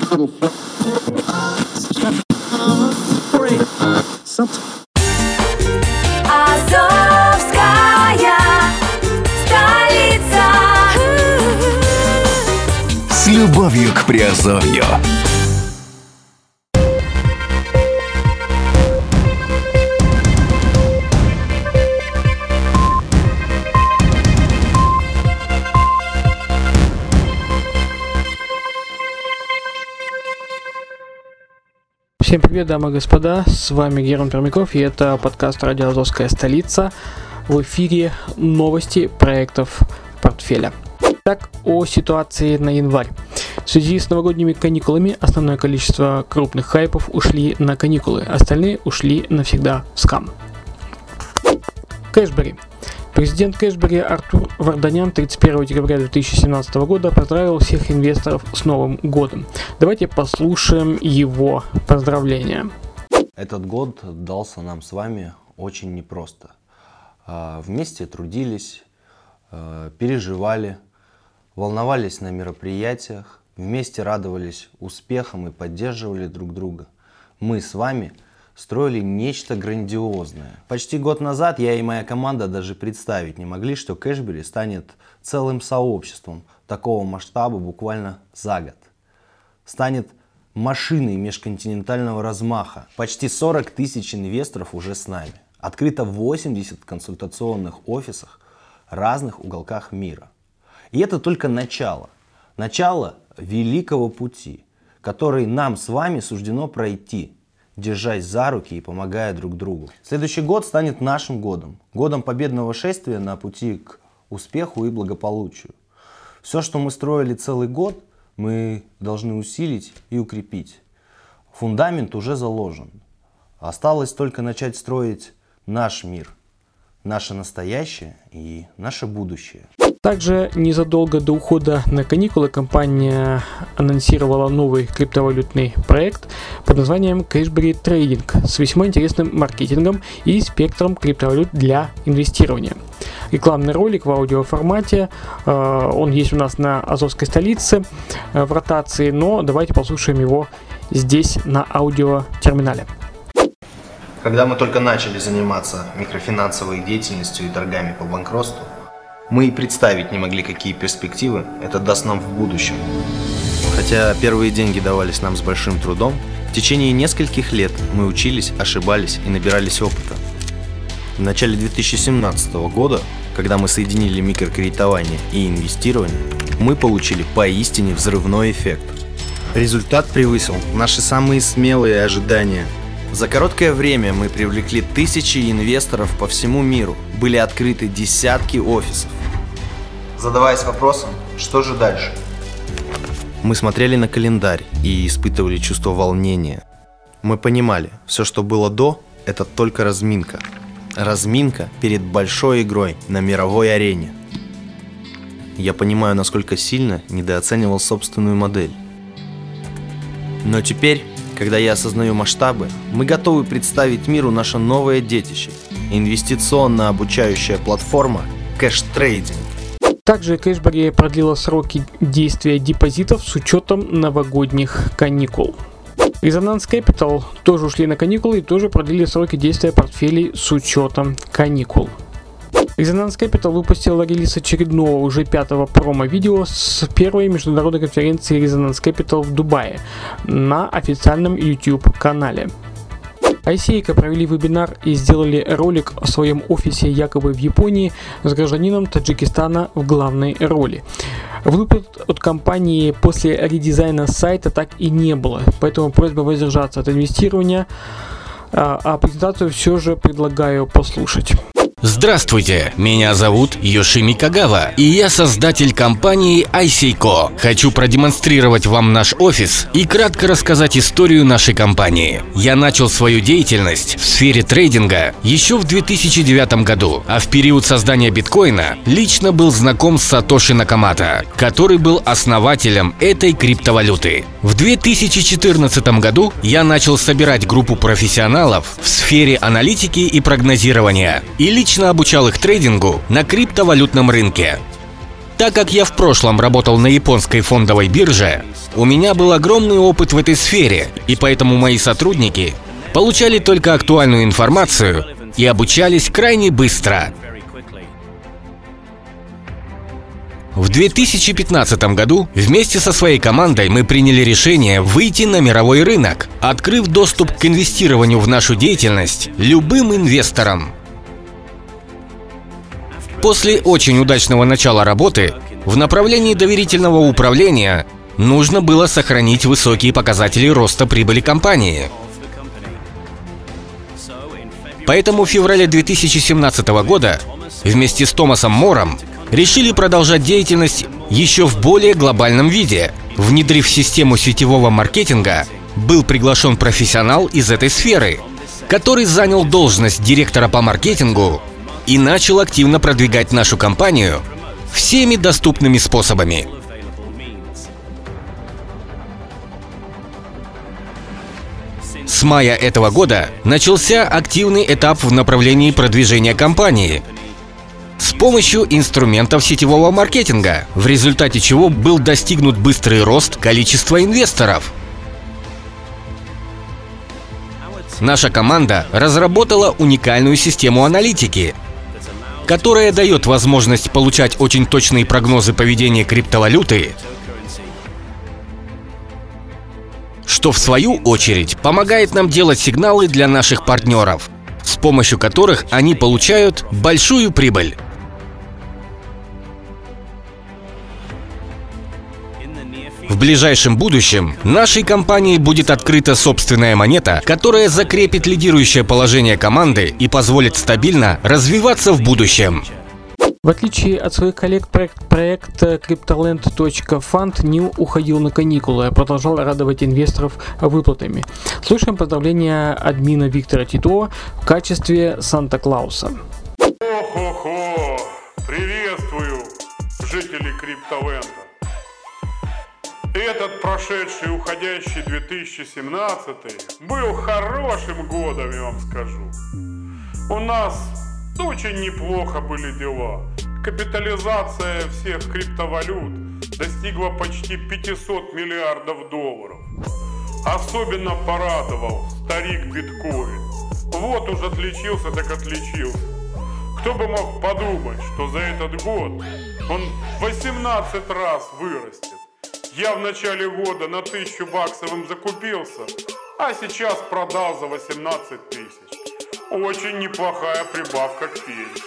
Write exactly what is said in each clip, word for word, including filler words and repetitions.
столица. С любовью к Приазовью. Всем привет, дамы и господа, с вами Герман Пермяков, и это подкаст «Радио Азовская столица». В эфире новости проектов портфеля. Так, о ситуации на январь. В связи с новогодними каникулами основное количество крупных хайпов ушли на каникулы, остальные ушли навсегда в скам. Кэшбери. Президент Кэшбери Артур Варданян тридцать первого декабря две тысячи семнадцатого года поздравил всех инвесторов с Новым годом. Давайте послушаем его поздравления. Этот год дался нам с вами очень непросто. Вместе трудились, переживали, волновались на мероприятиях, вместе радовались успехам и поддерживали друг друга. Мы с вами строили нечто грандиозное. Почти год назад я и моя команда даже представить не могли, что Кэшбери станет целым сообществом такого масштаба буквально за год. Станет машиной межконтинентального размаха. Почти сорок тысяч инвесторов уже с нами. Открыто восемьдесят консультационных офисов в разных уголках мира. И это только начало. Начало великого пути, который нам с вами суждено пройти, держась за руки и помогая друг другу. Следующий год станет нашим годом. Годом победного шествия на пути к успеху и благополучию. Все, что мы строили целый год, мы должны усилить и укрепить. Фундамент уже заложен. Осталось только начать строить наш мир, наше настоящее и наше будущее. Также незадолго до ухода на каникулы компания анонсировала новый криптовалютный проект под названием Cashberry Trading с весьма интересным маркетингом и спектром криптовалют для инвестирования. Рекламный ролик в аудиоформате, э, он есть у нас на Азовской столице э, в ротации, но давайте послушаем его здесь на аудиотерминале. Когда мы только начали заниматься микрофинансовой деятельностью и торгами по банкротству, мы и представить не могли, какие перспективы это даст нам в будущем. Хотя первые деньги давались нам с большим трудом, в течение нескольких лет мы учились, ошибались и набирались опыта. В начале две тысячи семнадцатого года, когда мы соединили микрокредитование и инвестирование, мы получили поистине взрывной эффект. Результат превысил наши самые смелые ожидания. За короткое время мы привлекли тысячи инвесторов по всему миру, были открыты десятки офисов. Задаваясь вопросом, что же дальше? Мы смотрели на календарь и испытывали чувство волнения. Мы понимали, все, что было до, это только разминка. Разминка перед большой игрой на мировой арене. Я понимаю, насколько сильно недооценивал собственную модель. Но теперь, когда я осознаю масштабы, мы готовы представить миру наше новое детище – инвестиционно-обучающая платформа CashTrading. Также Кэшбери продлила сроки действия депозитов с учетом новогодних каникул. Resonance Capital тоже ушли на каникулы и тоже продлили сроки действия портфелей с учетом каникул. Resonance Capital выпустила релиз очередного, уже пятого промо-видео с первой международной конференции Resonance Capital в Дубае на официальном YouTube-канале. Айсейка провели вебинар и сделали ролик о своем офисе якобы в Японии с гражданином Таджикистана в главной роли. Выплат от компании после редизайна сайта так и не было, поэтому просьба воздержаться от инвестирования, а, а презентацию все же предлагаю послушать. Здравствуйте, меня зовут Йошими Кагава, и я создатель компании Айсейко. Хочу продемонстрировать вам наш офис и кратко рассказать историю нашей компании. Я начал свою деятельность в сфере трейдинга еще в две тысячи девятом году, а в период создания биткоина лично был знаком с Сатоши Накамото, который был основателем этой криптовалюты. В две тысячи четырнадцатом году я начал собирать группу профессионалов в сфере аналитики и прогнозирования и лично обучал их трейдингу на криптовалютном рынке. Так как я в прошлом работал на японской фондовой бирже, У меня был огромный опыт в этой сфере, и поэтому мои сотрудники получали только актуальную информацию и обучались крайне быстро. В две тысячи пятнадцатом году вместе со своей командой мы приняли решение выйти на мировой рынок, открыв доступ к инвестированию в нашу деятельность любым инвесторам. После очень удачного начала работы в направлении доверительного управления нужно было сохранить высокие показатели роста прибыли компании. Поэтому в феврале две тысячи семнадцатого года вместе с Томасом Мором решили продолжать деятельность еще в более глобальном виде. Внедрив систему сетевого маркетинга, был приглашен профессионал из этой сферы, который занял должность директора по маркетингу и начал активно продвигать нашу компанию всеми доступными способами. С мая этого года начался активный этап в направлении продвижения компании с помощью инструментов сетевого маркетинга, в результате чего был достигнут быстрый рост количества инвесторов. Наша команда разработала уникальную систему аналитики, которая дает возможность получать очень точные прогнозы поведения криптовалюты, что в свою очередь помогает нам делать сигналы для наших партнеров, с помощью которых они получают большую прибыль. В ближайшем будущем нашей компании будет открыта собственная монета, которая закрепит лидирующее положение команды и позволит стабильно развиваться в будущем. В отличие от своих коллег, проект, проект Cryptoland точка фанд не уходил на каникулы, а продолжал радовать инвесторов выплатами. Слушаем поздравления админа Виктора Титова в качестве Санта-Клауса. Хо-хо-хо! Приветствую жителей Криптоленда! Этот прошедший уходящий две тысячи семнадцатый был хорошим годом, я вам скажу. У нас очень неплохо были дела. Капитализация всех криптовалют достигла почти пятисот миллиардов долларов. Особенно порадовал старик биткоин. Вот уж отличился так отличился. Кто бы мог подумать, что за этот год он восемнадцать раз вырастет. Я в начале года на тысячу баксов им закупился, а сейчас продал за восемнадцать тысяч. Очень неплохая прибавка к пенсии.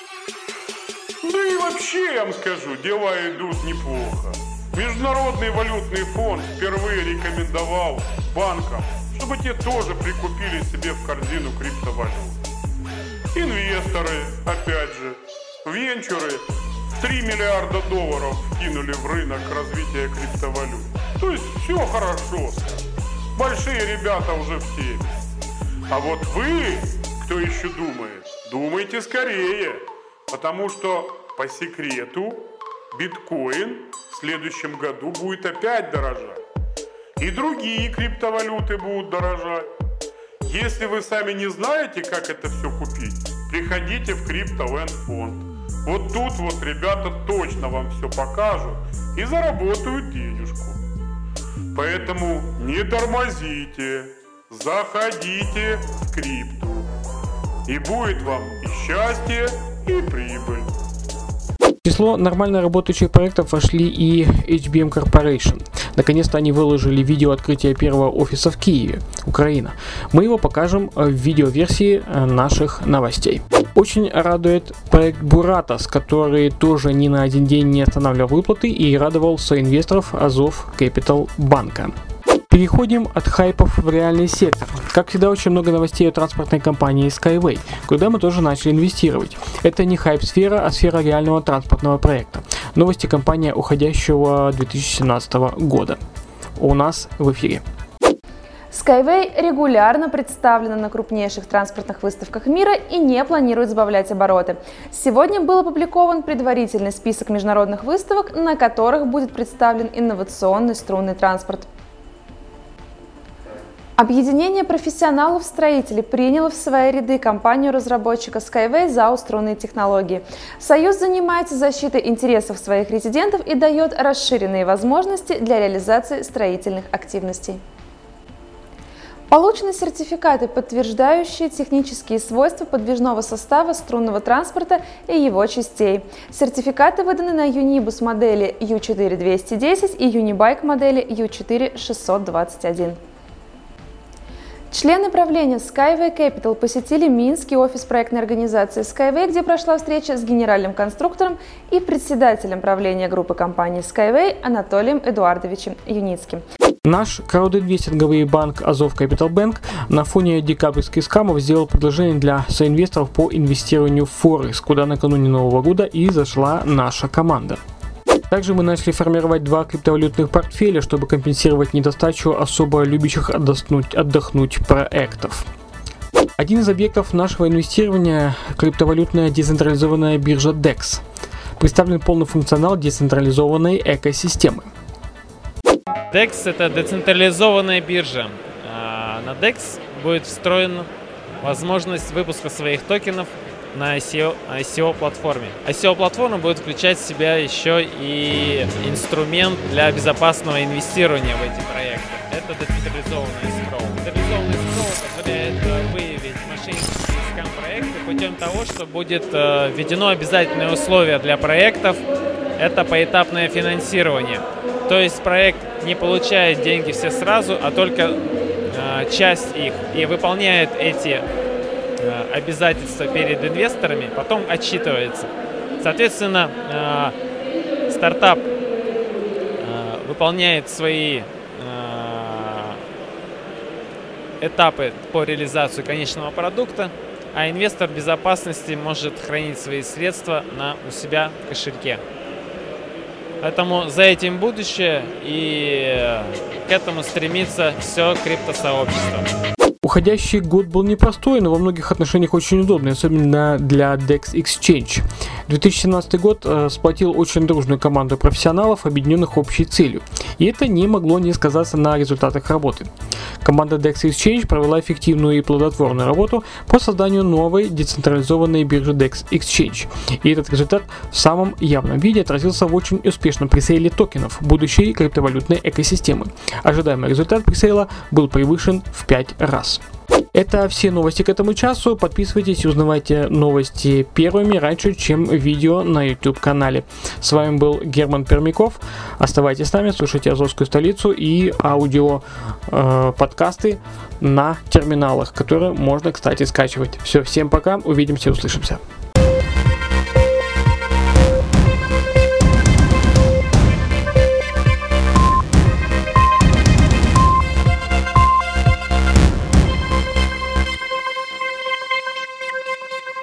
Да и вообще, я вам скажу, дела идут неплохо. Международный валютный фонд впервые рекомендовал банкам, чтобы те тоже прикупили себе в корзину криптовалют. Инвесторы, опять же, венчуры три миллиарда долларов кинули в рынок развития криптовалют. То есть все хорошо. Большие ребята уже в теме. А вот вы, кто еще думает, думайте скорее. Потому что по секрету биткоин в следующем году будет опять дорожать. И другие криптовалюты будут дорожать. Если вы сами не знаете, как это все купить, приходите в Cryptoland фонд. Вот тут вот ребята точно вам все покажут и заработают денежку. Поэтому не тормозите, заходите в крипту. И будет вам и счастье, и прибыль. В число нормально работающих проектов вошли и эйч би эм Corporation. Наконец-то они выложили видео открытия первого офиса в Киеве, Украина. Мы его покажем в видеоверсии наших новостей. Очень радует проект Buratus, который тоже ни на один день не останавливал выплаты и радовал соинвесторов Азов Capital банка. Переходим от хайпов в реальный сектор. Как всегда, очень много новостей о транспортной компании Skyway, куда мы тоже начали инвестировать. Это не хайп-сфера, а сфера реального транспортного проекта. Новости компании уходящего две тысячи семнадцатого года. У нас в эфире. Skyway регулярно представлена на крупнейших транспортных выставках мира и не планирует сбавлять обороты. Сегодня был опубликован предварительный список международных выставок, на которых будет представлен инновационный струнный транспорт. Объединение профессионалов-строителей приняло в свои ряды компанию-разработчика Skyway ЗАО «Струнные технологии». Союз занимается защитой интересов своих резидентов и дает расширенные возможности для реализации строительных активностей. Получены сертификаты, подтверждающие технические свойства подвижного состава струнного транспорта и его частей. Сертификаты выданы на Юнибус модели ю четыре двести десять и Юнибайк модели ю четыре шестьсот двадцать один. Члены правления Skyway Capital посетили Минский офис проектной организации Skyway, где прошла встреча с генеральным конструктором и председателем правления группы компании Skyway Анатолием Эдуардовичем Юницким. Наш краудинвестинговый банк Азов Capital Bank на фоне декабрьских скамов сделал предложение для соинвесторов по инвестированию в Форекс, куда накануне Нового года и зашла наша команда. Также мы начали формировать два криптовалютных портфеля, чтобы компенсировать недостачу особо любящих отдохнуть, отдохнуть проектов. Один из объектов нашего инвестирования – криптовалютная децентрализованная биржа декс. Представлен полный функционал децентрализованной экосистемы. декс – это децентрализованная биржа. На декс будет встроена возможность выпуска своих токенов на ай си о платформе. ай си о платформа будет включать в себя еще и инструмент для безопасного инвестирования в эти проекты. Это децентрализованный скролл. Децентрализованный скролл позволяет выявить мошеннические скам-проекты путем того, что будет введено обязательное условие для проектов. Это поэтапное финансирование. То есть проект не получает деньги все сразу, а только часть их, и выполняет эти обязательства перед инвесторами, потом отчитывается. Соответственно, э, стартап э, выполняет свои э, этапы по реализации конечного продукта, а инвестор безопасности может хранить свои средства на, у себя в кошельке. Поэтому за этим будущее, и к этому стремится все криптосообщество. Уходящий год был непростой, но во многих отношениях очень удобный, особенно для декс Exchange. две тысячи семнадцатый год э, сплотил очень дружную команду профессионалов, объединенных общей целью. И это не могло не сказаться на результатах работы. Команда декс Exchange провела эффективную и плодотворную работу по созданию новой децентрализованной биржи декс Exchange. И этот результат в самом явном виде отразился в очень успешном пресейле токенов будущей криптовалютной экосистемы. Ожидаемый результат пресейла был превышен в пять раз. Это все новости к этому часу. Подписывайтесь и узнавайте новости первыми раньше, чем видео на YouTube канале. С вами был Герман Пермяков. Оставайтесь с нами, слушайте Азовскую столицу и аудио э, подкасты на терминалах, которые можно, кстати, скачивать. Все, всем пока, увидимся, услышимся.